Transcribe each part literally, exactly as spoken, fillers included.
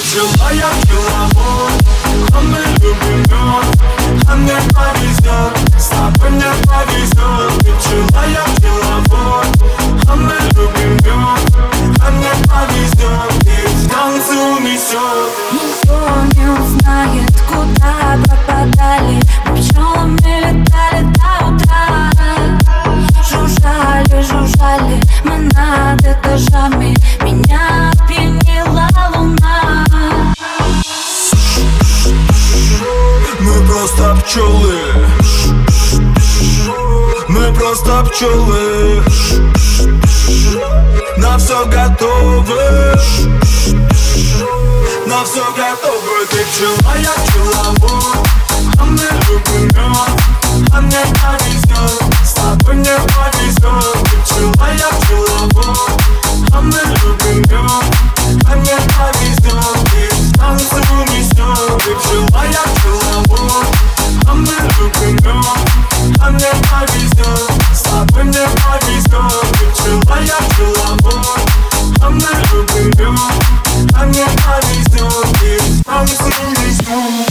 пчела, я пчеловод, а мы любим мед. А мне повезет, с тобой мне повезет. Ты пчела, я пчеловод, а мы любим мед. А мне повезет, и в танце унесет. Никто не узнает, куда пропадали. Мы пчелами летали до утра. Жужжали, жужжали мы над этажами. Меня опьянила луна. Мы просто пчелы. Мы просто пчелы. На все готовы. На все готовы. Ты пчела, я пчеловод, а мы любим мед. А мне повезет, с тобой мне повезет. Ты пчела, я пчеловод, а мы любим мед. А мне повезет, и в танце унесет. Ты пчела, я пчеловод, а мы любим мед. А мне повезет, с тобой мне повезет. Ты пчела, я пчеловод, а мы любим мед. А мне повезет, и в танце унесет.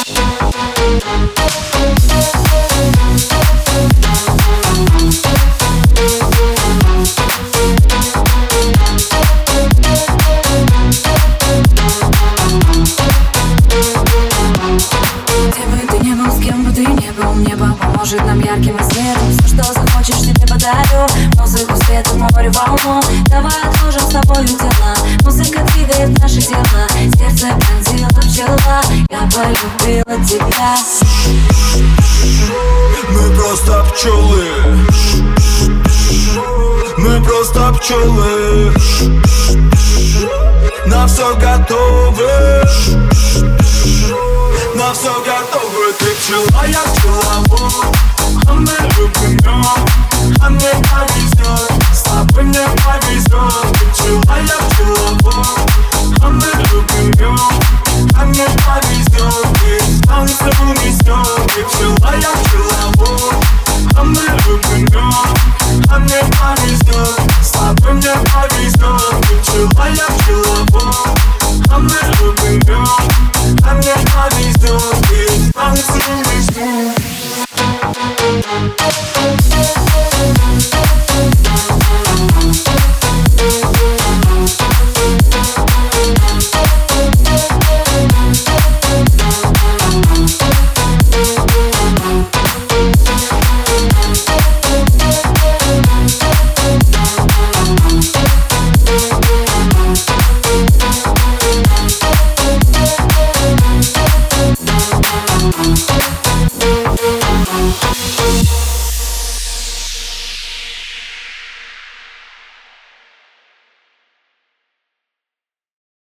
Небо поможет нам ярким рассветом. Все, что захочешь, тебе подарю. Музыку, свет, море, волну. Давай отложим с тобою дела. Музыка двигает наши тела. Сердце пронзила пчела. Я полюбила тебя. Мы просто пчелы. Мы просто пчелы. На все готовы. На все готовы. Ты пчела, я пчеловод, а мы любим мед. А мне повезет, с тобой мне повезет. Ты пчела, я пчеловод.